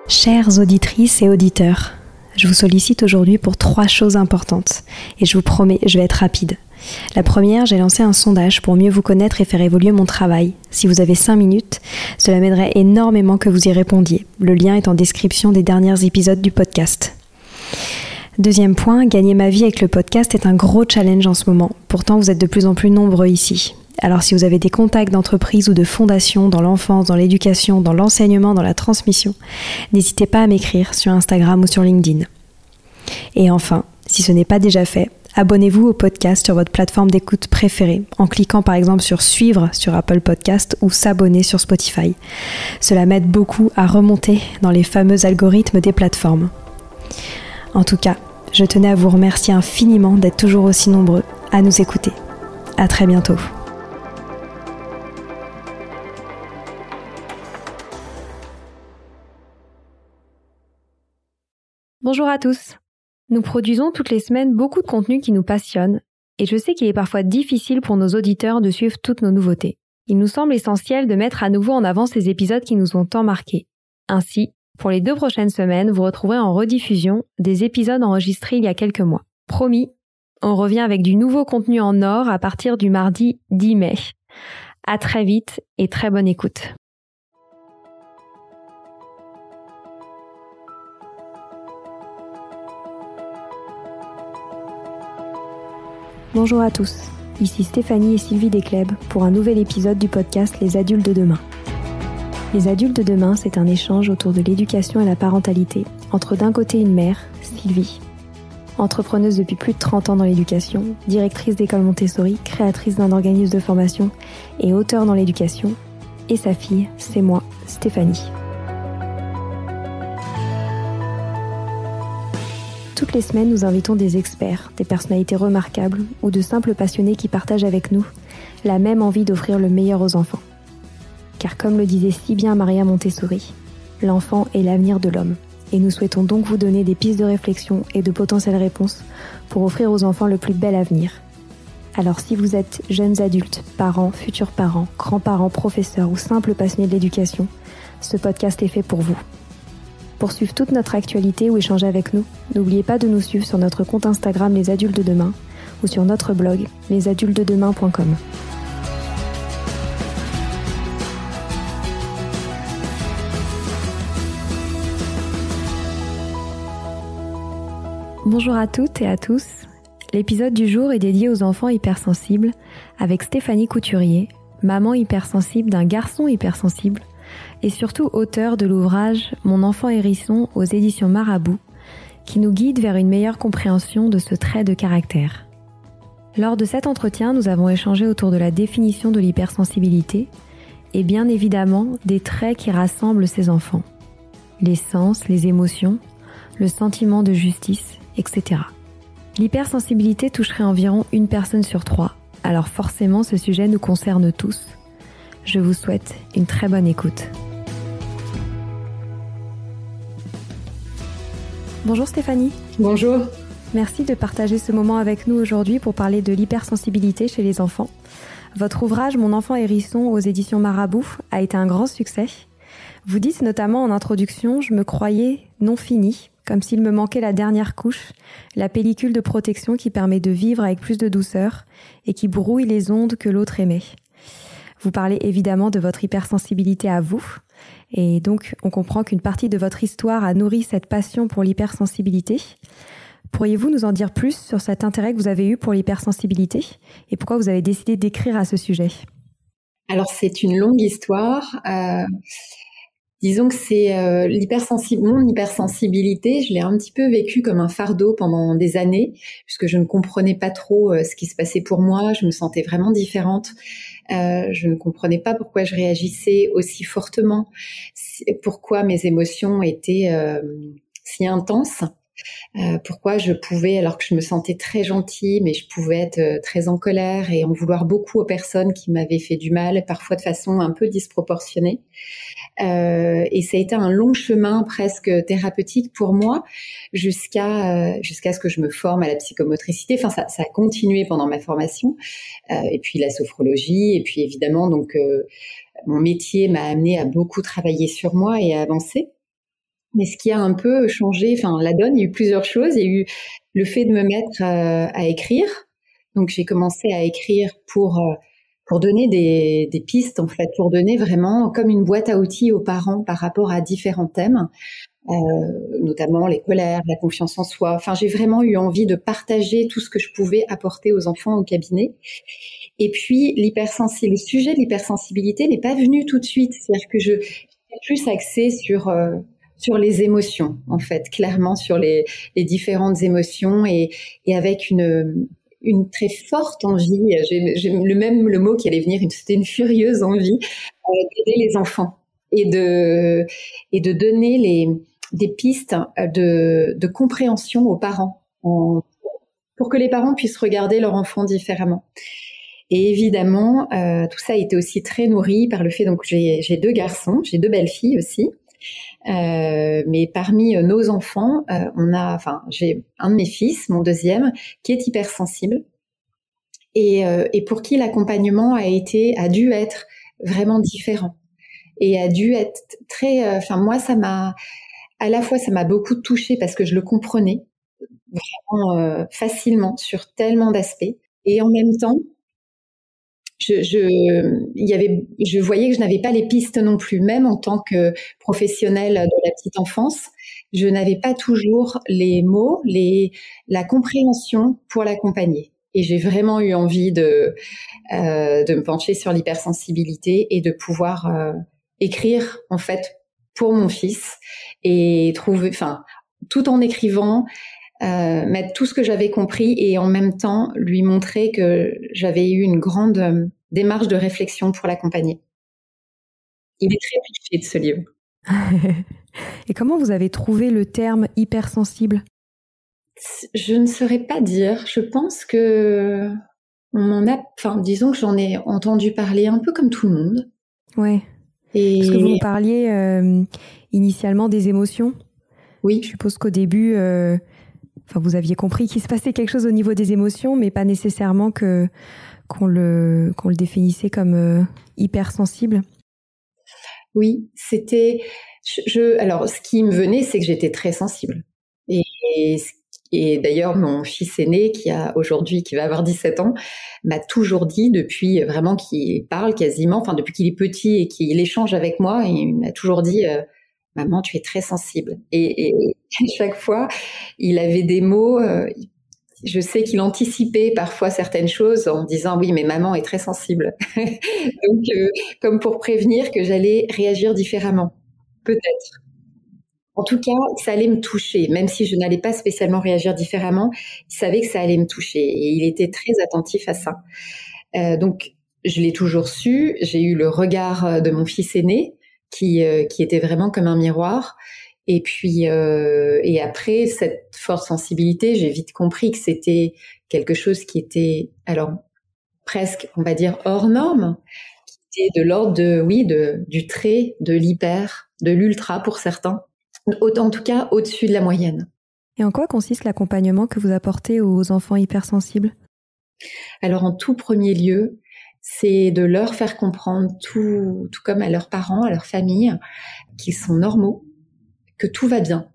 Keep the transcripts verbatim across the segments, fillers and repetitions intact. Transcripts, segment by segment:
Chères auditrices et auditeurs, je vous sollicite aujourd'hui pour trois choses importantes et je vous promets, je vais être rapide. La première, j'ai lancé un sondage pour mieux vous connaître et faire évoluer mon travail. Si vous avez cinq minutes, cela m'aiderait énormément que vous y répondiez. Le lien est en description des derniers épisodes du podcast. Deuxième point, gagner ma vie avec le podcast est un gros challenge en ce moment. Pourtant, vous êtes de plus en plus nombreux ici. Alors si vous avez des contacts d'entreprise ou de fondations dans l'enfance, dans l'éducation, dans l'enseignement, dans la transmission, n'hésitez pas à m'écrire sur Instagram ou sur LinkedIn. Et enfin, si ce n'est pas déjà fait, abonnez-vous au podcast sur votre plateforme d'écoute préférée en cliquant par exemple sur suivre sur Apple Podcast ou s'abonner sur Spotify. Cela m'aide beaucoup à remonter dans les fameux algorithmes des plateformes. En tout cas, je tenais à vous remercier infiniment d'être toujours aussi nombreux à nous écouter. À très bientôt. Bonjour à tous. Nous produisons toutes les semaines beaucoup de contenus qui nous passionnent et je sais qu'il est parfois difficile pour nos auditeurs de suivre toutes nos nouveautés. Il nous semble essentiel de mettre à nouveau en avant ces épisodes qui nous ont tant marqués. Ainsi, pour les deux prochaines semaines, vous retrouverez en rediffusion des épisodes enregistrés il y a quelques mois. Promis, on revient avec du nouveau contenu en or à partir du mardi dix mai. À très vite et très bonne écoute. Bonjour à tous, ici Stéphanie et Sylvie Descleb pour un nouvel épisode du podcast Les Adultes de demain. Les Adultes de demain, c'est un échange autour de l'éducation et la parentalité entre d'un côté une mère, Sylvie, entrepreneuse depuis plus de trente ans dans l'éducation, directrice d'école Montessori, créatrice d'un organisme de formation et auteure dans l'éducation, et sa fille, c'est moi, Stéphanie. Toutes les semaines, nous invitons des experts, des personnalités remarquables ou de simples passionnés qui partagent avec nous la même envie d'offrir le meilleur aux enfants. Car comme le disait si bien Maria Montessori, l'enfant est l'avenir de l'homme. Et nous souhaitons donc vous donner des pistes de réflexion et de potentielles réponses pour offrir aux enfants le plus bel avenir. Alors si vous êtes jeunes adultes, parents, futurs parents, grands-parents, professeurs ou simples passionnés de l'éducation, ce podcast est fait pour vous. Pour suivre toute notre actualité ou échanger avec nous, n'oubliez pas de nous suivre sur notre compte Instagram Les Adultes de Demain ou sur notre blog les adultes de demain point com. Bonjour à toutes et à tous. L'épisode du jour est dédié aux enfants hypersensibles avec Stéphanie Couturier, maman hypersensible d'un garçon hypersensible et surtout auteur de l'ouvrage Mon enfant hérisson aux éditions Marabout, qui nous guide vers une meilleure compréhension de ce trait de caractère. Lors de cet entretien, nous avons échangé autour de la définition de l'hypersensibilité et bien évidemment des traits qui rassemblent ces enfants. Les sens, les émotions, le sentiment de justice, et cetera. L'hypersensibilité toucherait environ une personne sur trois, alors forcément ce sujet nous concerne tous. Je vous souhaite une très bonne écoute. Bonjour Stéphanie. Bonjour. Merci de partager ce moment avec nous aujourd'hui pour parler de l'hypersensibilité chez les enfants. Votre ouvrage Mon enfant hérisson aux éditions Marabout a été un grand succès. Vous dites notamment en introduction « Je me croyais non fini », comme s'il me manquait la dernière couche, la pellicule de protection qui permet de vivre avec plus de douceur et qui brouille les ondes que l'autre émet. Vous parlez évidemment de votre hypersensibilité à vous, et donc on comprend qu'une partie de votre histoire a nourri cette passion pour l'hypersensibilité. Pourriez-vous nous en dire plus sur cet intérêt que vous avez eu pour l'hypersensibilité et pourquoi vous avez décidé d'écrire à ce sujet ? Alors c'est une longue histoire. Euh, disons que c'est euh, l'hypersensi- mon hypersensibilité, je l'ai un petit peu vécue comme un fardeau pendant des années, puisque je ne comprenais pas trop euh, ce qui se passait pour moi, je me sentais vraiment différente. Euh, je ne comprenais pas pourquoi je réagissais aussi fortement, pourquoi mes émotions étaient euh, si intenses. Euh, pourquoi je pouvais, alors que je me sentais très gentille, mais je pouvais être euh, très en colère et en vouloir beaucoup aux personnes qui m'avaient fait du mal, parfois de façon un peu disproportionnée. Euh, et ça a été un long chemin presque thérapeutique pour moi jusqu'à euh, jusqu'à ce que je me forme à la psychomotricité. Enfin, ça, ça a continué pendant ma formation. Euh, et puis la sophrologie, et puis évidemment, donc euh, mon métier m'a amené à beaucoup travailler sur moi et à avancer. Mais ce qui a un peu changé, enfin la donne, il y a eu plusieurs choses. Il y a eu le fait de me mettre euh, à écrire. Donc j'ai commencé à écrire pour euh, pour donner des, des pistes, en fait, pour donner vraiment comme une boîte à outils aux parents par rapport à différents thèmes, euh, notamment les colères, la confiance en soi. Enfin, j'ai vraiment eu envie de partager tout ce que je pouvais apporter aux enfants au cabinet. Et puis l'hypersensibilité, le sujet de l'hypersensibilité n'est pas venu tout de suite. C'est-à-dire que je suis plus axée sur euh, sur les émotions, en fait, clairement sur les, les différentes émotions et, et avec une, une très forte envie, j'ai, j'ai le même le mot qui allait venir, c'était une furieuse envie euh, d'aider les enfants et de, et de donner les, des pistes de, de compréhension aux parents en, pour que les parents puissent regarder leur enfant différemment. Et évidemment, euh, tout ça a été aussi très nourri par le fait, donc j'ai, j'ai deux garçons, j'ai deux belles filles aussi. Euh, mais parmi euh, nos enfants, euh, on a, enfin, j'ai un de mes fils, mon deuxième, qui est hypersensible et, euh, et pour qui l'accompagnement a été, a dû être vraiment différent et a dû être très, enfin, euh, moi, ça m'a, à la fois, ça m'a beaucoup touchée parce que je le comprenais vraiment euh, facilement sur tellement d'aspects et en même temps, Je, je, il y avait, je voyais que je n'avais pas les pistes non plus, même en tant que professionnelle de la petite enfance, je n'avais pas toujours les mots, les, la compréhension pour l'accompagner. Et j'ai vraiment eu envie de, euh, de me pencher sur l'hypersensibilité et de pouvoir euh, écrire en fait pour mon fils et trouver, enfin, tout en écrivant. Euh, mettre tout ce que j'avais compris et en même temps lui montrer que j'avais eu une grande euh, démarche de réflexion pour l'accompagner. Il est très touché de ce livre. Et comment vous avez trouvé le terme hypersensible ? Je ne saurais pas dire. Je pense que on m'en a, enfin, disons que j'en ai entendu parler un peu comme tout le monde. Ouais. Et... Parce que vous me parliez euh, initialement des émotions. Oui. Je suppose qu'au début, euh, enfin, vous aviez compris qu'il se passait quelque chose au niveau des émotions, mais pas nécessairement que qu'on le qu'on le définissait comme euh, hypersensible. Oui, c'était. Je, je, alors, ce qui me venait, c'est que j'étais très sensible. Et, et, et d'ailleurs, mon fils aîné, qui a aujourd'hui, qui va avoir dix-sept ans, m'a toujours dit, depuis vraiment qu'il parle quasiment, enfin depuis qu'il est petit et qu'il échange avec moi, il m'a toujours dit. Euh, Maman, tu es très sensible. Et, et chaque fois, il avait des mots. Euh, je sais qu'il anticipait parfois certaines choses en disant oui, mais maman est très sensible. Donc, euh, comme pour prévenir que j'allais réagir différemment, peut-être. En tout cas, ça allait me toucher, même si je n'allais pas spécialement réagir différemment. Il savait que ça allait me toucher et il était très attentif à ça. Euh, donc, je l'ai toujours su. J'ai eu le regard de mon fils aîné. Qui, euh, qui était vraiment comme un miroir. Et puis, euh, et après, cette forte sensibilité, j'ai vite compris que c'était quelque chose qui était, alors, presque, on va dire, hors norme, qui était de l'ordre de, oui, de, du très, de l'hyper, de l'ultra pour certains. En tout cas, au-dessus de la moyenne. Et en quoi consiste l'accompagnement que vous apportez aux enfants hypersensibles ? Alors, en tout premier lieu, c'est de leur faire comprendre, tout, tout comme à leurs parents, à leur famille, qu'ils sont normaux, que tout va bien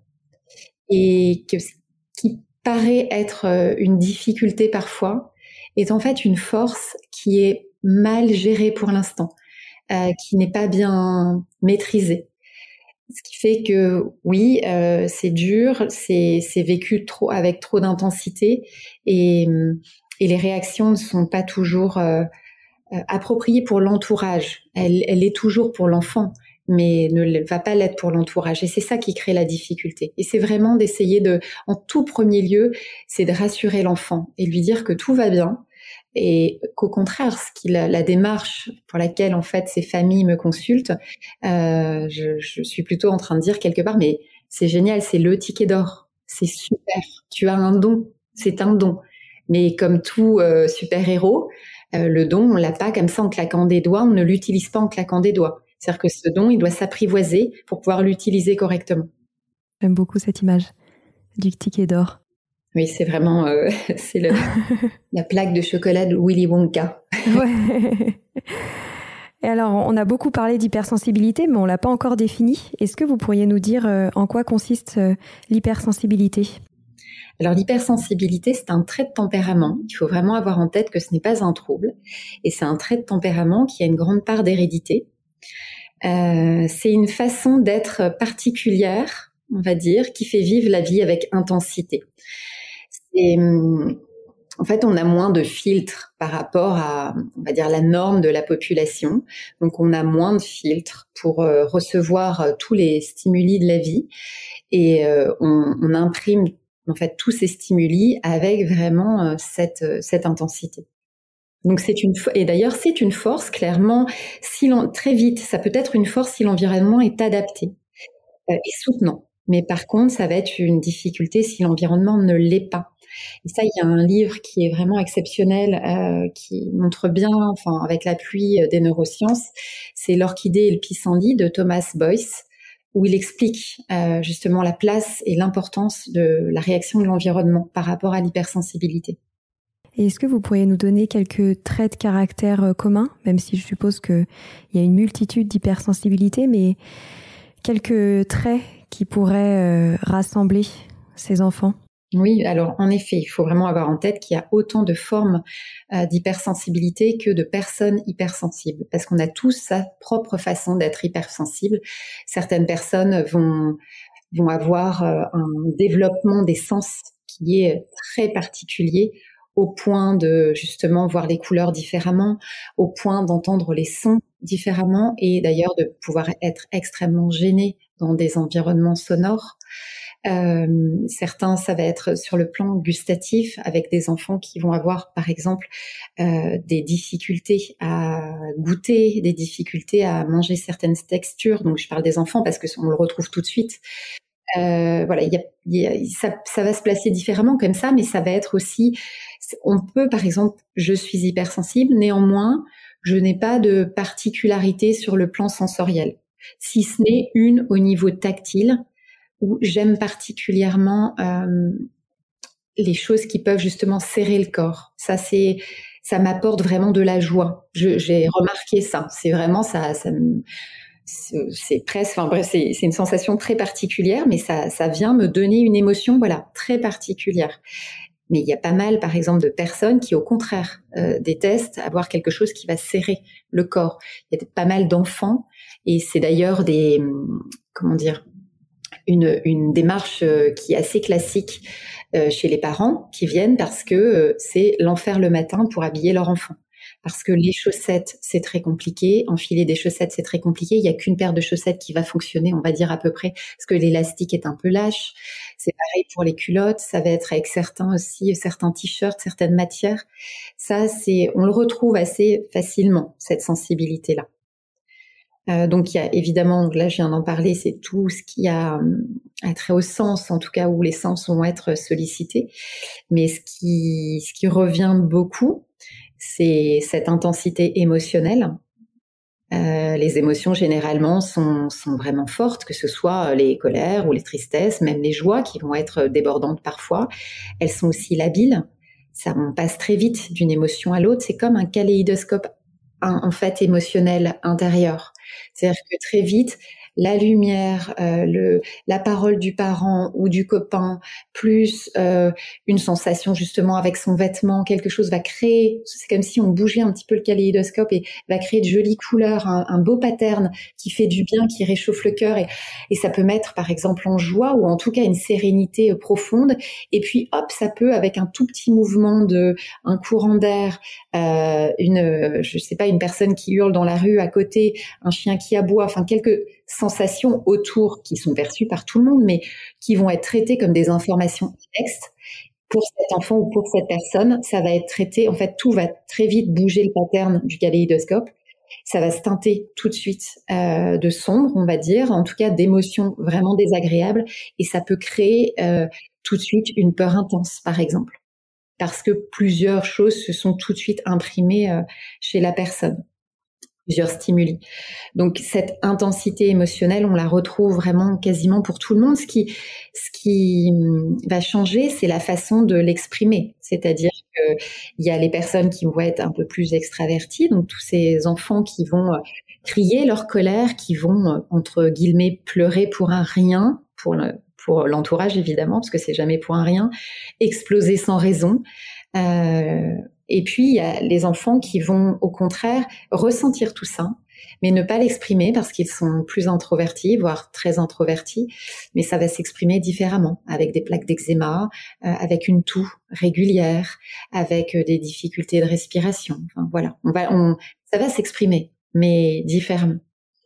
et que ce qui paraît être une difficulté parfois est en fait une force qui est mal gérée pour l'instant, euh, qui n'est pas bien maîtrisée. Ce qui fait que oui, euh, c'est dur, c'est, c'est vécu trop avec trop d'intensité et, et les réactions ne sont pas toujours euh, appropriée pour l'entourage. Elle, elle est toujours pour l'enfant, mais ne va pas l'être pour l'entourage. Et c'est ça qui crée la difficulté. Et c'est vraiment d'essayer de, en tout premier lieu, c'est de rassurer l'enfant et lui dire que tout va bien et qu'au contraire, ce qu'il a, la démarche pour laquelle en fait ces familles me consultent, euh, je, je suis plutôt en train de dire quelque part, mais c'est génial, c'est le ticket d'or, c'est super. Tu as un don, c'est un don. Mais comme tout euh, super-héros, Euh, le don, on l'a pas comme ça en claquant des doigts, on ne l'utilise pas en claquant des doigts. C'est-à-dire que ce don, il doit s'apprivoiser pour pouvoir l'utiliser correctement. J'aime beaucoup cette image du ticket d'or. Oui, c'est vraiment euh, c'est le, la plaque de chocolat de Willy Wonka. Ouais. Et alors, on a beaucoup parlé d'hypersensibilité, mais on l'a pas encore définie. Est-ce que vous pourriez nous dire euh, en quoi consiste euh, l'hypersensibilité ? Alors l'hypersensibilité, c'est un trait de tempérament. Il faut vraiment avoir en tête que ce n'est pas un trouble. Et c'est un trait de tempérament qui a une grande part d'hérédité. Euh, c'est une façon d'être particulière, on va dire, qui fait vivre la vie avec intensité. C'est, en fait, on a moins de filtres par rapport à, on va dire, la norme de la population. Donc, on a moins de filtres pour euh, recevoir euh, tous les stimuli de la vie. Et euh, on, on imprime en fait tous ces stimuli avec vraiment euh, cette cette intensité. Donc c'est une et d'ailleurs c'est une force clairement si l'on très vite ça peut être une force si l'environnement est adapté euh, et soutenant. Mais par contre ça va être une difficulté si l'environnement ne l'est pas. Et ça il y a un livre qui est vraiment exceptionnel euh, qui montre bien enfin avec l'appui des neurosciences, c'est L'orchidée et le pissenlit de Thomas Boyce, où il explique euh, justement la place et l'importance de la réaction de l'environnement par rapport à l'hypersensibilité. Et est-ce que vous pourriez nous donner quelques traits de caractère communs, même si je suppose qu'il y a une multitude d'hypersensibilités, mais quelques traits qui pourraient euh, rassembler ces enfants ? Oui, alors en effet, il faut vraiment avoir en tête qu'il y a autant de formes euh, d'hypersensibilité que de personnes hypersensibles, parce qu'on a tous sa propre façon d'être hypersensible. Certaines personnes vont vont avoir euh, un développement des sens qui est très particulier, au point de justement voir les couleurs différemment, au point d'entendre les sons différemment, et d'ailleurs de pouvoir être extrêmement gêné dans des environnements sonores. Euh, certains, ça va être sur le plan gustatif, avec des enfants qui vont avoir, par exemple, euh, des difficultés à goûter, des difficultés à manger certaines textures. Donc, je parle des enfants parce que on le retrouve tout de suite. Euh, voilà, il y a, il y a, ça, ça va se placer différemment comme ça, mais ça va être aussi, on peut, par exemple, je suis hypersensible, néanmoins, je n'ai pas de particularité sur le plan sensoriel, si ce n'est une au niveau tactile, où j'aime particulièrement euh, les choses qui peuvent justement serrer le corps. Ça, c'est, ça m'apporte vraiment de la joie. Je, j'ai remarqué ça. C'est vraiment ça. ça me, c'est, c'est presque, enfin bref, c'est, c'est une sensation très particulière, mais ça, ça vient me donner une émotion, voilà, très particulière. Mais il y a pas mal, par exemple, de personnes qui, au contraire, euh, détestent avoir quelque chose qui va serrer le corps. Il y a pas mal d'enfants, et c'est d'ailleurs des, comment dire, Une, une démarche qui est assez classique euh, chez les parents qui viennent parce que euh, c'est l'enfer le matin pour habiller leur enfant. Parce que les chaussettes, c'est très compliqué. Enfiler des chaussettes, c'est très compliqué. Il n'y a qu'une paire de chaussettes qui va fonctionner, on va dire à peu près, parce que l'élastique est un peu lâche. C'est pareil pour les culottes. Ça va être avec certains aussi, certains t-shirts, certaines matières. Ça, c'est, on le retrouve assez facilement, cette sensibilité-là. Euh, donc il y a évidemment, là je viens d'en parler, c'est tout ce qui a euh, trait au sens, en tout cas où les sens vont être sollicités. Mais ce qui, ce qui revient beaucoup, c'est cette intensité émotionnelle. Euh, les émotions généralement sont, sont vraiment fortes, que ce soit les colères ou les tristesses, même les joies qui vont être débordantes parfois. Elles sont aussi labiles. Ça, on passe très vite d'une émotion à l'autre. C'est comme un kaléidoscope en fait émotionnel intérieur. C'est-à-dire que très vite, la lumière, euh, le, la parole du parent ou du copain, plus euh, une sensation justement avec son vêtement, quelque chose va créer, c'est comme si on bougeait un petit peu le kaléidoscope et va créer de jolies couleurs, un, un beau pattern qui fait du bien, qui réchauffe le cœur et, et ça peut mettre par exemple en joie ou en tout cas une sérénité profonde. Et puis hop, ça peut avec un tout petit mouvement de un courant d'air, euh, une, je sais pas, une personne qui hurle dans la rue à côté, un chien qui aboie, enfin quelques sensations autour qui sont perçues par tout le monde, mais qui vont être traitées comme des informations textes. Pour cet enfant ou pour cette personne, ça va être traité, en fait, tout va très vite bouger le pattern du kaléidoscope. Ça va se teinter tout de suite euh, de sombre, on va dire, en tout cas d'émotions vraiment désagréables, et ça peut créer euh, tout de suite une peur intense, par exemple, parce que plusieurs choses se sont tout de suite imprimées euh, chez la personne. Plusieurs stimuli. Donc cette intensité émotionnelle, on la retrouve vraiment quasiment pour tout le monde. Ce qui, ce qui va changer, c'est la façon de l'exprimer. C'est-à-dire qu'il y a les personnes qui vont être un peu plus extraverties, donc tous ces enfants qui vont crier leur colère, qui vont, entre guillemets, pleurer pour un rien, pour le, pour l'entourage évidemment, parce que c'est jamais pour un rien, exploser sans raison. Euh, et puis il y a les enfants qui vont au contraire ressentir tout ça, mais ne pas l'exprimer parce qu'ils sont plus introvertis, voire très introvertis, mais ça va s'exprimer différemment, avec des plaques d'eczéma, euh, avec une toux régulière, avec euh, des difficultés de respiration. Enfin voilà, on va, on, ça va s'exprimer, mais différemment.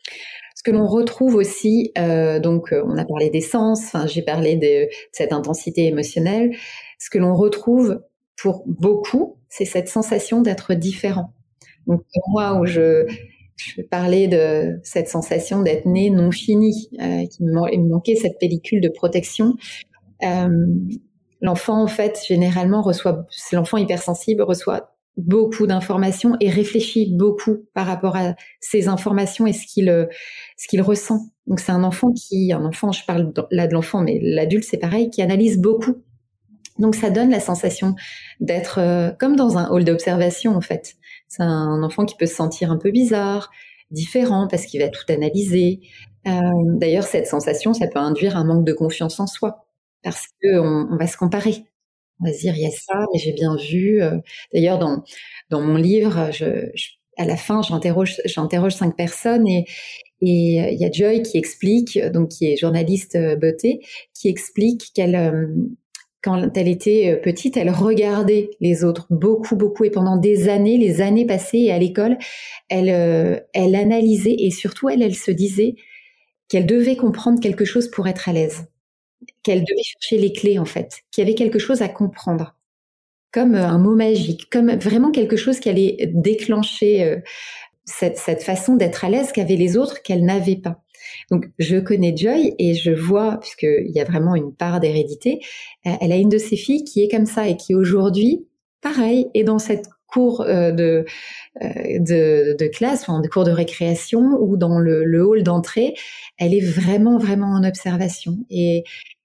Ce que l'on retrouve aussi, euh, donc on a parlé des sens, enfin j'ai parlé de, de cette intensité émotionnelle. Ce que l'on retrouve pour beaucoup, c'est cette sensation d'être différent. Donc pour moi, où je Je parlais de cette sensation d'être né non fini, euh, qui me, il me manquait cette pellicule de protection. Euh, l'enfant, en fait, généralement reçoit, c'est l'enfant hypersensible reçoit beaucoup d'informations et réfléchit beaucoup par rapport à ces informations et ce qu'il, ce qu'il ressent. Donc c'est un enfant qui, un enfant, je parle là de l'enfant, mais l'adulte c'est pareil, qui analyse beaucoup. Donc ça donne la sensation d'être euh, comme dans un hall d'observation en fait. C'est un enfant qui peut se sentir un peu bizarre, différent parce qu'il va tout analyser. Euh, d'ailleurs, cette sensation, ça peut induire un manque de confiance en soi parce que on, on va se comparer. On va se dire il y a ça, mais j'ai bien vu. D'ailleurs, dans dans mon livre, je, je, à la fin, j'interroge j'interroge cinq personnes et et il y a Joy qui explique, donc qui est journaliste beauté, qui explique qu'elle euh, quand elle était petite, elle regardait les autres beaucoup, beaucoup, et pendant des années, les années passées, et à l'école, elle, euh, elle analysait et surtout, elle, elle se disait qu'elle devait comprendre quelque chose pour être à l'aise, qu'elle devait chercher les clés en fait, qu'il y avait quelque chose à comprendre, comme un mot magique, comme vraiment quelque chose qui allait déclencher euh, cette, cette façon d'être à l'aise qu'avaient les autres qu'elle n'avait pas. Donc, je connais Joy et je vois, puisqu'il y a vraiment une part d'hérédité, elle a une de ses filles qui est comme ça et qui aujourd'hui, pareil, est dans cette cour euh, de, euh, de, de classe, enfin, de cours de récréation ou dans le, le hall d'entrée. Elle est vraiment, vraiment en observation. Et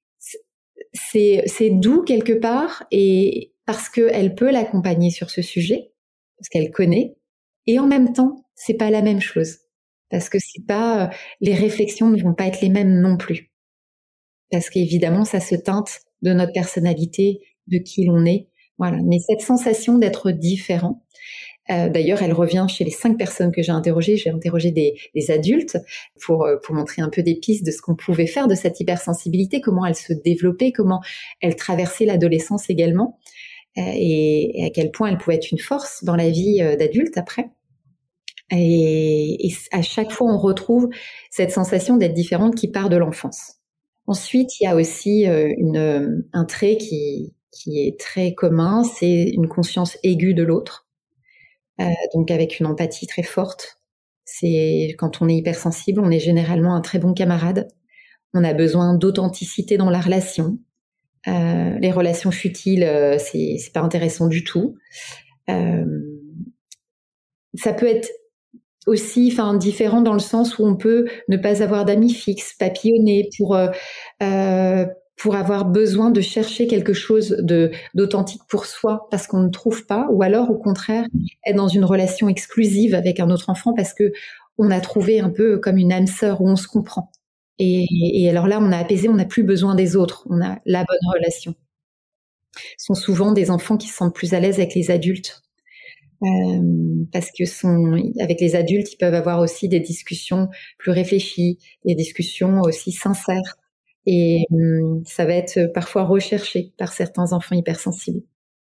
c'est, c'est doux quelque part et parce qu'elle peut l'accompagner sur ce sujet, parce qu'elle connaît, et en même temps, c'est pas la même chose. Parce que c'est pas, les réflexions ne vont pas être les mêmes non plus. Parce qu'évidemment, ça se teinte de notre personnalité, de qui l'on est. Voilà. Mais cette sensation d'être différent, euh, d'ailleurs, elle revient chez les cinq personnes que j'ai interrogées. J'ai interrogé des, des adultes pour, pour montrer un peu des pistes de ce qu'on pouvait faire de cette hypersensibilité, comment elle se développait, comment elle traversait l'adolescence également, euh, et, et à quel point elle pouvait être une force dans la vie d'adulte après. Et, et à chaque fois, on retrouve cette sensation d'être différente qui part de l'enfance. Ensuite, il y a aussi une, un trait qui, qui est très commun, c'est une conscience aiguë de l'autre, euh, donc avec une empathie très forte. C'est quand on est hypersensible, on est généralement un très bon camarade. On a besoin d'authenticité dans la relation. Euh, les relations futiles, euh, c'est, c'est pas intéressant du tout. Euh, ça peut être aussi, enfin, différent dans le sens où on peut ne pas avoir d'amis fixes, papillonner pour euh, euh, pour avoir besoin de chercher quelque chose de d'authentique pour soi parce qu'on ne trouve pas, ou alors au contraire être dans une relation exclusive avec un autre enfant parce que on a trouvé un peu comme une âme sœur où on se comprend. Et, et alors là, on a apaisé, on n'a plus besoin des autres, on a la bonne relation. Ce sont souvent des enfants qui se sentent plus à l'aise avec les adultes. Euh, parce que sont, avec les adultes, ils peuvent avoir aussi des discussions plus réfléchies, des discussions aussi sincères. Et euh, ça va être parfois recherché par certains enfants hypersensibles.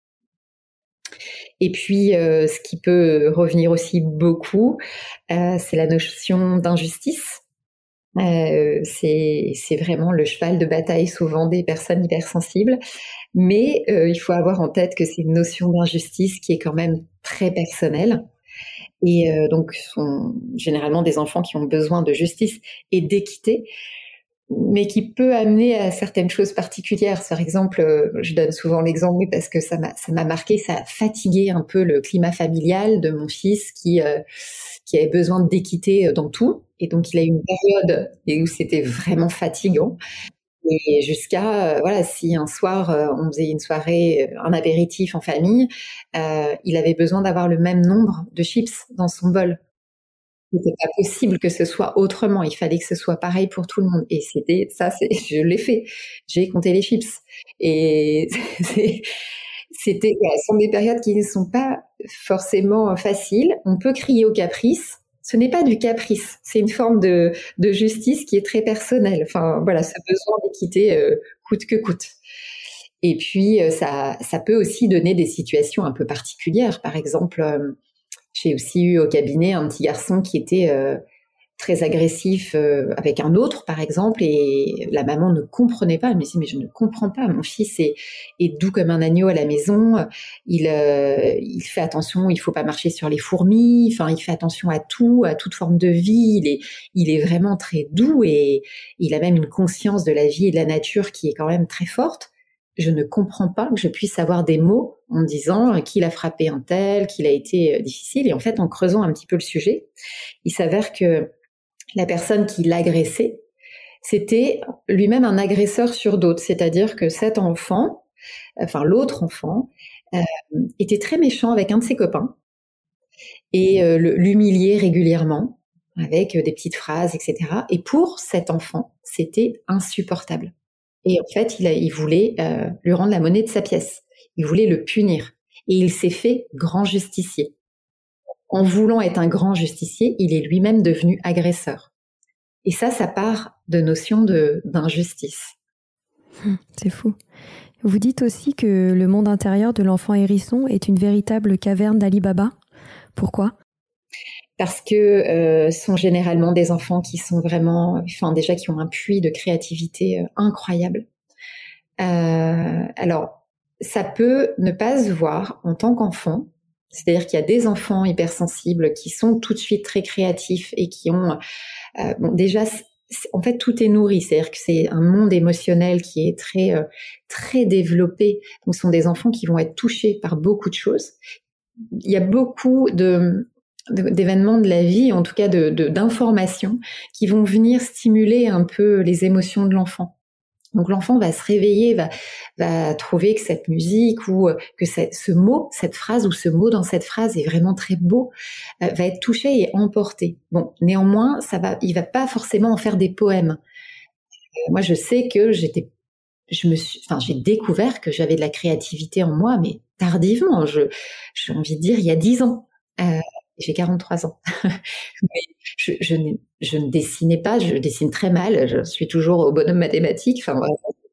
Et puis, euh, ce qui peut revenir aussi beaucoup, euh, c'est la notion d'injustice. Euh, c'est, c'est vraiment le cheval de bataille souvent des personnes hypersensibles. Mais euh, il faut avoir en tête que c'est une notion d'injustice qui est quand même très personnelle. Et euh, donc, ce sont généralement des enfants qui ont besoin de justice et d'équité, mais qui peut amener à certaines choses particulières. Par exemple, euh, je donne souvent l'exemple parce que ça m'a, ça m'a marqué, ça a fatigué un peu le climat familial de mon fils qui, euh, qui avait besoin d'équité dans tout. Et donc, il a eu une période où c'était vraiment fatigant. Et jusqu'à, euh, voilà, si un soir euh, on faisait une soirée, euh, un apéritif en famille, euh, il avait besoin d'avoir le même nombre de chips dans son bol. C'était pas possible que ce soit autrement. Il fallait que ce soit pareil pour tout le monde. Et c'était ça, c'est, je l'ai fait. J'ai compté les chips. Et c'est- c'était, voilà, ce sont des périodes qui ne sont pas forcément faciles. On peut crier au caprice. Ce n'est pas du caprice. C'est une forme de, de justice qui est très personnelle. Enfin, voilà, ce besoin d'équité, euh, coûte que coûte. Et puis, euh, ça, ça peut aussi donner des situations un peu particulières. Par exemple, euh, j'ai aussi eu au cabinet un petit garçon qui était euh, très agressif euh, avec un autre, par exemple, et la maman ne comprenait pas. Elle me dit, mais je ne comprends pas, mon fils est, est doux comme un agneau à la maison, il, euh, il fait attention, il faut pas marcher sur les fourmis, enfin, il fait attention à tout, à toute forme de vie, il est, il est vraiment très doux et il a même une conscience de la vie et de la nature qui est quand même très forte. Je ne comprends pas que je puisse avoir des mots en me disant qu'il a frappé un tel, qu'il a été difficile. Et en fait, en creusant un petit peu le sujet, il s'avère que la personne qui l'agressait, c'était lui-même un agresseur sur d'autres. C'est-à-dire que cet enfant, enfin l'autre enfant, euh, était très méchant avec un de ses copains et euh, l'humiliait régulièrement avec des petites phrases, et cetera. Et pour cet enfant, c'était insupportable. Et en fait, il, a, il voulait euh, lui rendre la monnaie de sa pièce. Il voulait le punir. Et il s'est fait grand justicier. En voulant être un grand justicier, il est lui-même devenu agresseur. Et ça, ça part de notions de, d'injustice. C'est fou. Vous dites aussi que le monde intérieur de l'enfant hérisson est une véritable caverne d'Ali Baba. Pourquoi ? Parce que euh, sont généralement des enfants qui sont vraiment, enfin déjà qui ont un puits de créativité euh, incroyable. Euh, alors, ça peut ne pas se voir en tant qu'enfant. C'est-à-dire qu'il y a des enfants hypersensibles qui sont tout de suite très créatifs et qui ont, euh, bon, déjà, en fait, tout est nourri. C'est-à-dire que c'est un monde émotionnel qui est très, euh, très développé. Donc, ce sont des enfants qui vont être touchés par beaucoup de choses. Il y a beaucoup de d'événements de la vie, en tout cas de, de, d'informations, qui vont venir stimuler un peu les émotions de l'enfant. Donc l'enfant va se réveiller, va, va trouver que cette musique ou que cette, ce mot, cette phrase ou ce mot dans cette phrase est vraiment très beau, euh, va être touché et emporté. Bon, néanmoins, ça va, il va pas forcément en faire des poèmes. Euh, moi, je sais que j'étais, je me suis, enfin, j'ai découvert que j'avais de la créativité en moi, mais tardivement. Je, j'ai envie de dire il y a dix ans. Euh, j'ai quarante-trois ans. Mais je, je, je ne dessinais pas, je dessine très mal, je suis toujours au bonhomme mathématique, enfin vraiment,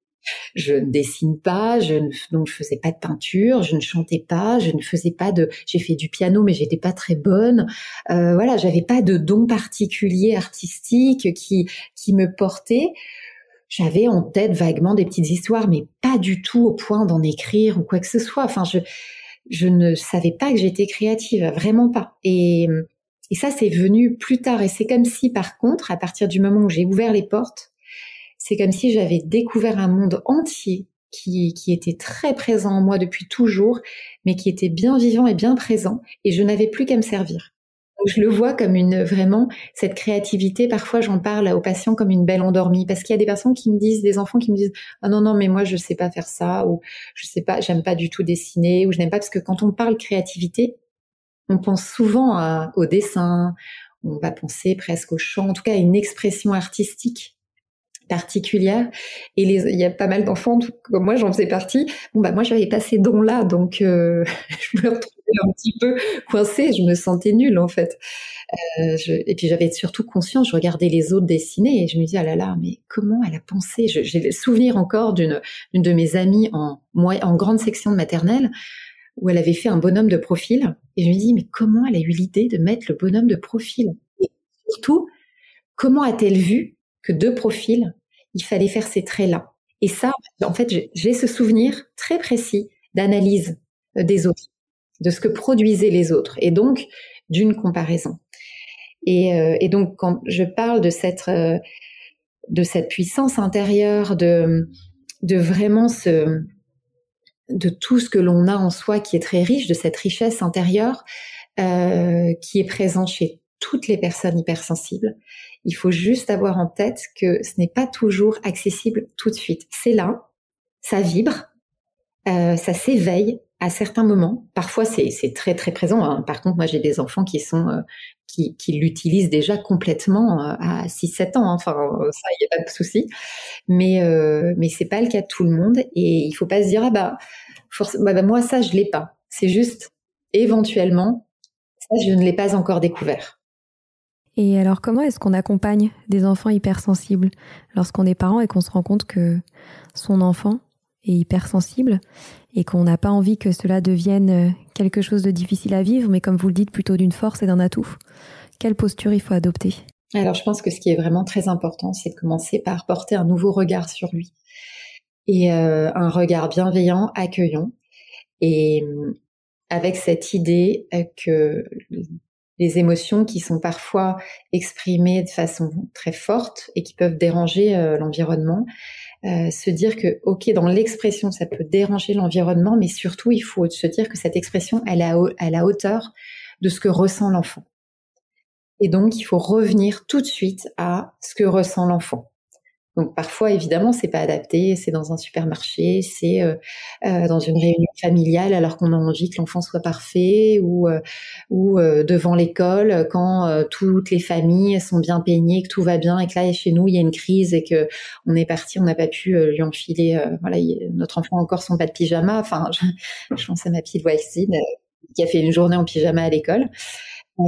je ne dessine pas, je ne, donc je faisais pas de peinture, je ne chantais pas, je ne faisais pas de, j'ai fait du piano mais j'étais pas très bonne, euh, voilà, j'avais pas de don particulier artistique qui qui me portait. J'avais en tête vaguement des petites histoires, mais pas du tout au point d'en écrire ou quoi que ce soit. Enfin, je je ne savais pas que j'étais créative, vraiment pas. Et, et ça, c'est venu plus tard. Et c'est comme si, par contre, à partir du moment où j'ai ouvert les portes, c'est comme si j'avais découvert un monde entier qui, qui était très présent en moi depuis toujours, mais qui était bien vivant et bien présent. Et je n'avais plus qu'à me servir. Donc, je le vois comme une, vraiment, cette créativité. Parfois, j'en parle aux patients comme une belle endormie, parce qu'il y a des personnes qui me disent, des enfants qui me disent, ah non, non, mais moi, je sais pas faire ça, ou je sais pas, j'aime pas du tout dessiner, ou je n'aime pas, parce que quand on parle créativité, on pense souvent à, au dessin, on va penser presque au chant, en tout cas à une expression artistique particulière. Et les, il y a pas mal d'enfants, comme moi, j'en faisais partie. Bon, bah, moi, j'avais pas ces dons-là, donc euh, je me retrouvais un petit peu coincée, je me sentais nulle, en fait. Euh, je, et puis, j'avais surtout conscience, je regardais les autres dessiner et je me disais, ah là là, mais comment elle a pensé? je, J'ai le souvenir encore d'une, d'une de mes amies en, en grande section de maternelle, où elle avait fait un bonhomme de profil. Et je me dis, mais comment elle a eu l'idée de mettre le bonhomme de profil? Et surtout, comment a-t-elle vu que de profil, il fallait faire ces traits-là? Et ça, en fait, j'ai ce souvenir très précis d'analyse des autres, de ce que produisaient les autres, et donc d'une comparaison. Et, euh, et donc, quand je parle de cette, euh, de cette puissance intérieure, de, de vraiment ce, de tout ce que l'on a en soi qui est très riche, de cette richesse intérieure euh, qui est présente chez toutes les personnes hypersensibles, Il faut juste avoir en tête que ce n'est pas toujours accessible tout de suite. C'est là, ça vibre, euh, ça s'éveille à certains moments. Parfois, c'est, c'est très très présent, hein. Par contre, moi, j'ai des enfants qui sont euh, qui, qui l'utilisent déjà complètement euh, à six sept ans, hein. Enfin, euh, ça, il n'y a pas de souci. Mais euh, mais c'est pas le cas de tout le monde. Et il faut pas se dire ah bah, forc- bah, bah, moi ça je l'ai pas. C'est juste éventuellement ça je ne l'ai pas encore découvert. Et alors, comment est-ce qu'on accompagne des enfants hypersensibles lorsqu'on est parent et qu'on se rend compte que son enfant est hypersensible et qu'on n'a pas envie que cela devienne quelque chose de difficile à vivre, mais comme vous le dites, plutôt d'une force et d'un atout? Quelle posture il faut adopter? Alors je pense que ce qui est vraiment très important, c'est de commencer par porter un nouveau regard sur lui et euh, un regard bienveillant, accueillant, et euh, avec cette idée euh, que les émotions qui sont parfois exprimées de façon très forte et qui peuvent déranger euh, l'environnement, euh, se dire que, ok, dans l'expression, ça peut déranger l'environnement, mais surtout, il faut se dire que cette expression, elle est à, à la hauteur de ce que ressent l'enfant. Et donc, il faut revenir tout de suite à ce que ressent l'enfant. Donc parfois, évidemment, c'est pas adapté, c'est dans un supermarché, c'est euh, euh, dans une réunion familiale alors qu'on a envie que l'enfant soit parfait, ou euh, ou euh, devant l'école quand euh, toutes les familles sont bien peignées, que tout va bien, et que là chez nous il y a une crise et que on est parti, on n'a pas pu euh, lui enfiler, euh, voilà, il, notre enfant a encore son pas de pyjama. Enfin, je, je pense à ma petite voisine euh, qui a fait une journée en pyjama à l'école. Euh,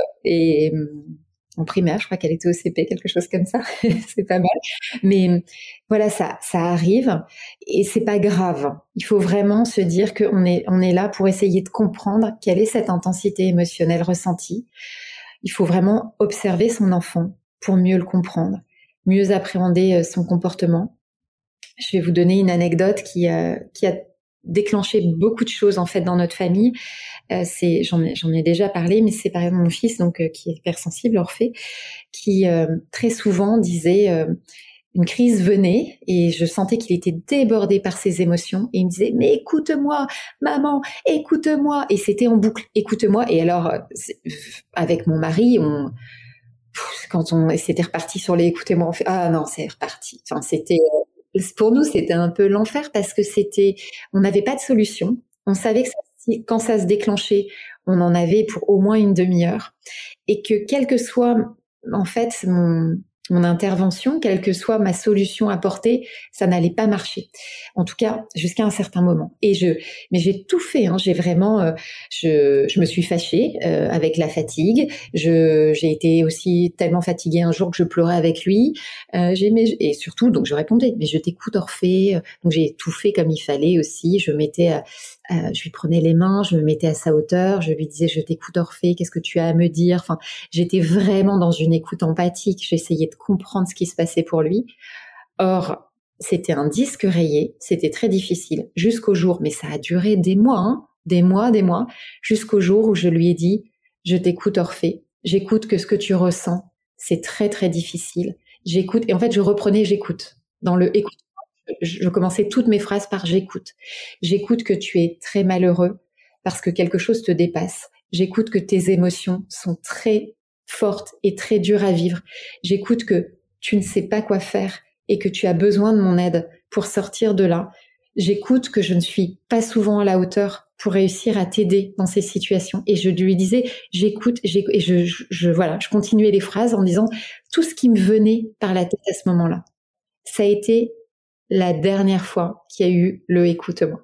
et en primaire, je crois qu'elle était au C P, quelque chose comme ça. C'est pas mal. Mais voilà, ça, ça arrive et c'est pas grave. Il faut vraiment se dire qu'on est, on est là pour essayer de comprendre quelle est cette intensité émotionnelle ressentie. Il faut vraiment observer son enfant pour mieux le comprendre, mieux appréhender son comportement. Je vais vous donner une anecdote qui, euh, qui a déclenché beaucoup de choses en fait dans notre famille. Euh, c'est, j'en ai, j'en ai déjà parlé, mais c'est par exemple mon fils, donc euh, qui est hypersensible, Orphée, qui euh, très souvent disait euh, une crise venait et je sentais qu'il était débordé par ses émotions et il me disait mais écoute-moi maman, écoute-moi, et c'était en boucle, écoute-moi. Et alors avec mon mari, on quand on c'était reparti sur les écoutez-moi, on fait ah non, c'est reparti. Enfin c'était pour nous c'était un peu l'enfer parce que c'était on n'avait pas de solution. On savait que ça, quand ça se déclenchait, on en avait pour au moins une demi-heure et que quel que soit en fait mon mon intervention, quelle que soit ma solution apportée, ça n'allait pas marcher. En tout cas, jusqu'à un certain moment. Et je, mais j'ai tout fait. Hein. J'ai vraiment, euh, je, je me suis fâchée euh, avec la fatigue. Je, j'ai été aussi tellement fatiguée un jour que je pleurais avec lui. Euh, j'ai, mais, et surtout, donc je répondais, mais je t'écoute Orphée. Donc j'ai tout fait comme il fallait aussi. Je mettais, euh, euh, je lui prenais les mains, je me mettais à sa hauteur, je lui disais, je t'écoute Orphée. Qu'est-ce que tu as à me dire? Enfin, j'étais vraiment dans une écoute empathique. J'essayais de comprendre ce qui se passait pour lui. Or, c'était un disque rayé, c'était très difficile, jusqu'au jour, mais ça a duré des mois, hein, des mois, des mois, jusqu'au jour où je lui ai dit, je t'écoute Orphée, j'écoute que ce que tu ressens, c'est très très difficile, j'écoute, et en fait je reprenais j'écoute, dans le écoute, je, je commençais toutes mes phrases par j'écoute, j'écoute que tu es très malheureux parce que quelque chose te dépasse, j'écoute que tes émotions sont très forte et très dure à vivre. J'écoute que tu ne sais pas quoi faire et que tu as besoin de mon aide pour sortir de là. J'écoute que je ne suis pas souvent à la hauteur pour réussir à t'aider dans ces situations. Et je lui disais, j'écoute, j'écoute et je, je, je, voilà, je continuais les phrases en disant tout ce qui me venait par la tête à ce moment-là. Ça a été la dernière fois qu'il y a eu le écoute-moi.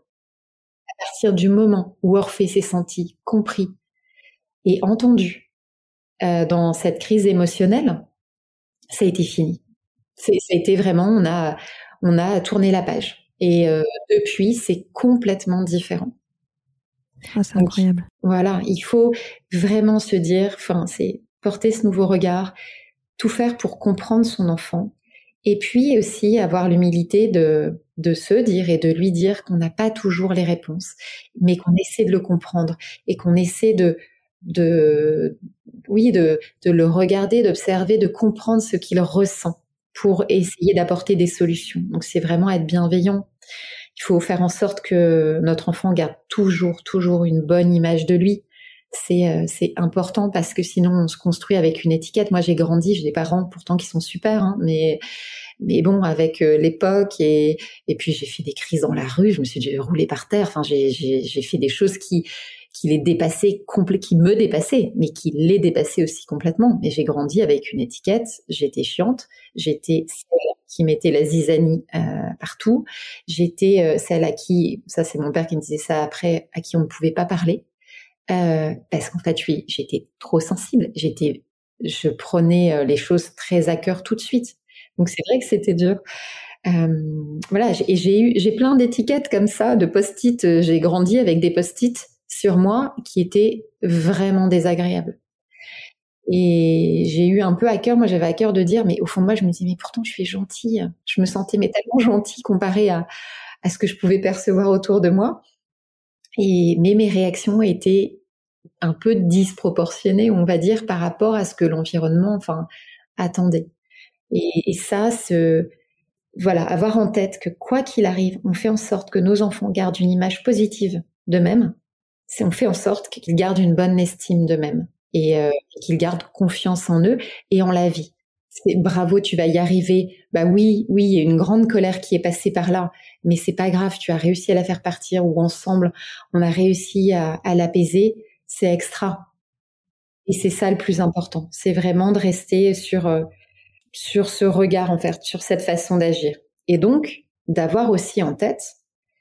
À partir du moment où Orphée s'est senti compris et entendu, Euh, dans cette crise émotionnelle, ça a été fini. C'est, ça a été vraiment, on a, on a tourné la page. Et euh, depuis, c'est complètement différent. Ah, c'est Donc, incroyable. voilà, il faut vraiment se dire, enfin, c'est porter ce nouveau regard, tout faire pour comprendre son enfant, et puis aussi avoir l'humilité de de se dire et de lui dire qu'on n'a pas toujours les réponses, mais qu'on essaie de le comprendre et qu'on essaie de de oui de de le regarder, d'observer, de comprendre ce qu'il ressent pour essayer d'apporter des solutions. Donc c'est vraiment être bienveillant. Il faut faire en sorte que notre enfant garde toujours toujours une bonne image de lui. C'est, euh, c'est important parce que sinon on se construit avec une étiquette. Moi j'ai grandi, j'ai des parents pourtant qui sont super, hein, mais mais bon avec euh, l'époque et et puis j'ai fait des crises dans la rue, je me suis dû rouler par terre. Enfin j'ai j'ai j'ai fait des choses qui qui les dépassaient complè- qui me dépassaient, mais qui les dépassaient aussi complètement. Et j'ai grandi avec une étiquette. J'étais chiante, j'étais celle qui mettait la zizanie euh, partout. J'étais euh, celle à qui, ça c'est mon père qui me disait ça après, à qui on ne pouvait pas parler. Euh, parce qu'en fait, oui, j'étais trop sensible. J'étais, je prenais les choses très à cœur tout de suite. Donc c'est vrai que c'était dur. Euh, voilà, et j'ai eu, j'ai plein d'étiquettes comme ça, de post-it. J'ai grandi avec des post-it sur moi qui étaient vraiment désagréables. Et j'ai eu un peu à cœur, moi j'avais à cœur de dire, mais au fond de moi je me disais, mais pourtant je suis gentille. Je me sentais mais tellement gentille comparée à, à ce que je pouvais percevoir autour de moi. Et, mais mes réactions étaient un peu disproportionnées, on va dire, par rapport à ce que l'environnement, enfin, attendait. Et, et ça, ce, voilà, avoir en tête que quoi qu'il arrive, on fait en sorte que nos enfants gardent une image positive d'eux-mêmes. C'est, on fait en sorte qu'ils gardent une bonne estime d'eux-mêmes et euh, qu'ils gardent confiance en eux et en la vie. C'est bravo, tu vas y arriver. Bah oui, oui, il y a une grande colère qui est passée par là, mais c'est pas grave, tu as réussi à la faire partir ou ensemble, on a réussi à, à l'apaiser, c'est extra. Et c'est ça le plus important, c'est vraiment de rester sur euh, sur ce regard en fait, sur cette façon d'agir. Et donc d'avoir aussi en tête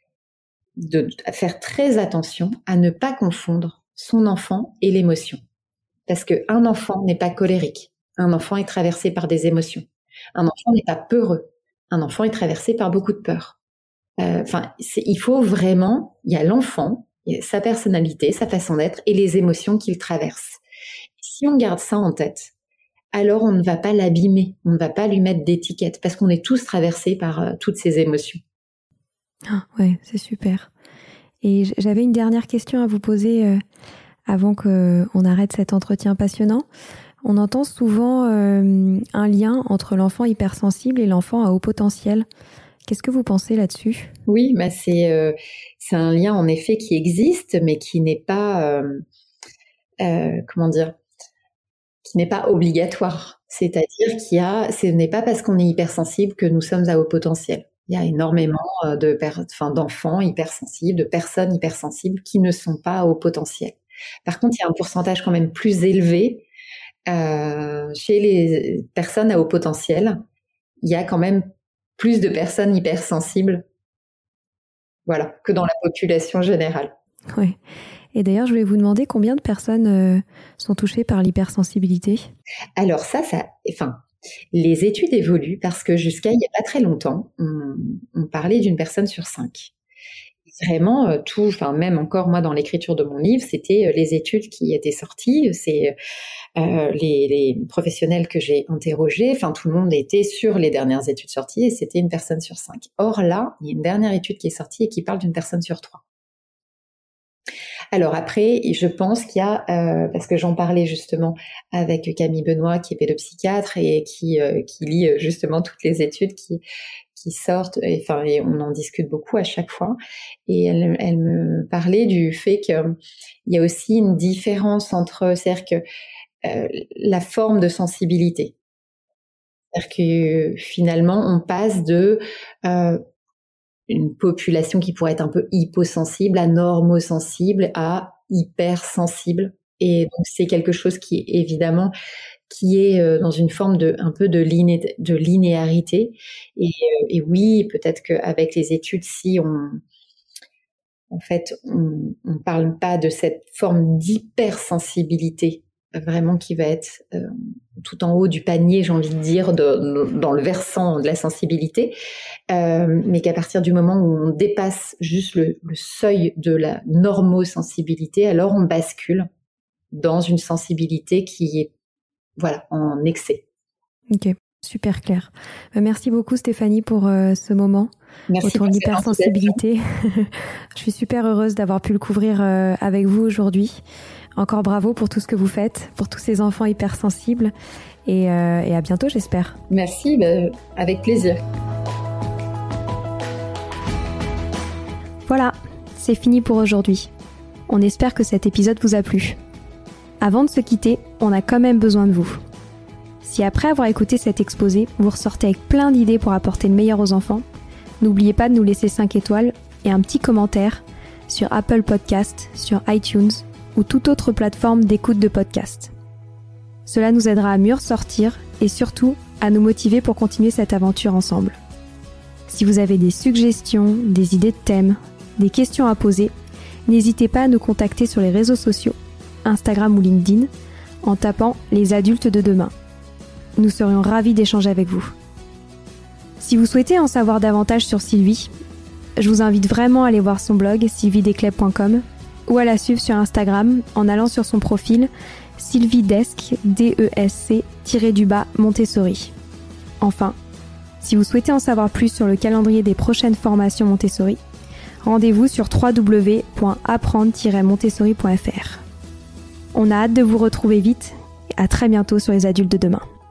de faire très attention à ne pas confondre son enfant et l'émotion, parce que un enfant n'est pas colérique. Un enfant est traversé par des émotions. Un enfant n'est pas peureux. Un enfant est traversé par beaucoup de peur. Enfin, euh, il faut vraiment, il y a l'enfant, il y a sa personnalité, sa façon d'être et les émotions qu'il traverse. Si on garde ça en tête, alors on ne va pas l'abîmer, on ne va pas lui mettre d'étiquette parce qu'on est tous traversés par euh, toutes ces émotions. Ah, ouais, c'est super. Et j'avais une dernière question à vous poser euh, avant qu'on arrête cet entretien passionnant. On entend souvent euh, un lien entre l'enfant hypersensible et l'enfant à haut potentiel. Qu'est-ce que vous pensez là-dessus ? Oui, bah c'est euh, c'est un lien en effet qui existe, mais qui n'est pas euh, euh, comment dire, qui n'est pas obligatoire. C'est-à-dire qu'il y a, ce n'est pas parce qu'on est hypersensible que nous sommes à haut potentiel. Il y a énormément de per, enfin d'enfants hypersensibles, de personnes hypersensibles qui ne sont pas à haut potentiel. Par contre, il y a un pourcentage quand même plus élevé. Euh, chez les personnes à haut potentiel, il y a quand même plus de personnes hypersensibles, voilà, que dans la population générale. Oui. Et d'ailleurs, je voulais vous demander combien de personnes euh, sont touchées par l'hypersensibilité ? Alors ça, ça, enfin, les études évoluent parce que jusqu'à il n'y a pas très longtemps, on, on parlait d'une personne sur cinq. Vraiment euh, tout, enfin même encore moi dans l'écriture de mon livre, c'était euh, les études qui étaient sorties, c'est euh, les, les professionnels que j'ai interrogés, enfin tout le monde était sur les dernières études sorties et c'était une personne sur cinq. Or là, il y a une dernière étude qui est sortie et qui parle d'une personne sur trois. Alors après, je pense qu'il y a, euh, parce que j'en parlais justement avec Camille Benoît qui est pédopsychiatre et qui, euh, qui lit justement toutes les études qui qui sortent, et, enfin, et on en discute beaucoup à chaque fois. Et elle, elle me parlait du fait qu'il y a aussi une différence entre, c'est-à-dire que euh, la forme de sensibilité. C'est-à-dire que finalement, on passe de euh, une population qui pourrait être un peu hyposensible à normosensible à hypersensible. Et donc, c'est quelque chose qui est évidemment qui est dans une forme de un peu de, liné, de linéarité. Et, et oui, peut-être qu'avec les études, si on en fait on ne parle pas de cette forme d'hypersensibilité vraiment qui va être euh, tout en haut du panier, j'ai envie de dire, de, de, dans le versant de la sensibilité, euh, mais qu'à partir du moment où on dépasse juste le, le seuil de la normosensibilité, alors on bascule dans une sensibilité qui est voilà, en excès. Ok, super clair. Merci beaucoup Stéphanie pour euh, ce moment Merci autour de l'hypersensibilité. Je suis super heureuse d'avoir pu le couvrir euh, avec vous aujourd'hui. Encore bravo pour tout ce que vous faites, pour tous ces enfants hypersensibles et, euh, et à bientôt j'espère. Merci, bah, avec plaisir. Voilà, c'est fini pour aujourd'hui. On espère que cet épisode vous a plu. Avant de se quitter, on a quand même besoin de vous. Si après avoir écouté cet exposé, vous ressortez avec plein d'idées pour apporter le meilleur aux enfants, n'oubliez pas de nous laisser cinq étoiles et un petit commentaire sur Apple Podcast, sur iTunes ou toute autre plateforme d'écoute de podcast. Cela nous aidera à mieux ressortir et surtout à nous motiver pour continuer cette aventure ensemble. Si vous avez des suggestions, des idées de thèmes, des questions à poser, n'hésitez pas à nous contacter sur les réseaux sociaux, Instagram ou LinkedIn, en tapant « Les adultes de demain ». Nous serions ravis d'échanger avec vous. Si vous souhaitez en savoir davantage sur Sylvie, je vous invite vraiment à aller voir son blog sylvie desclèves point com ou à la suivre sur Instagram en allant sur son profil sylviedesc, D E S C, tiré du bas, Montessori. Enfin, si vous souhaitez en savoir plus sur le calendrier des prochaines formations Montessori, rendez-vous sur w w w point apprendre tiret montessori point f r. On a hâte de vous retrouver vite et à très bientôt sur les adultes de demain.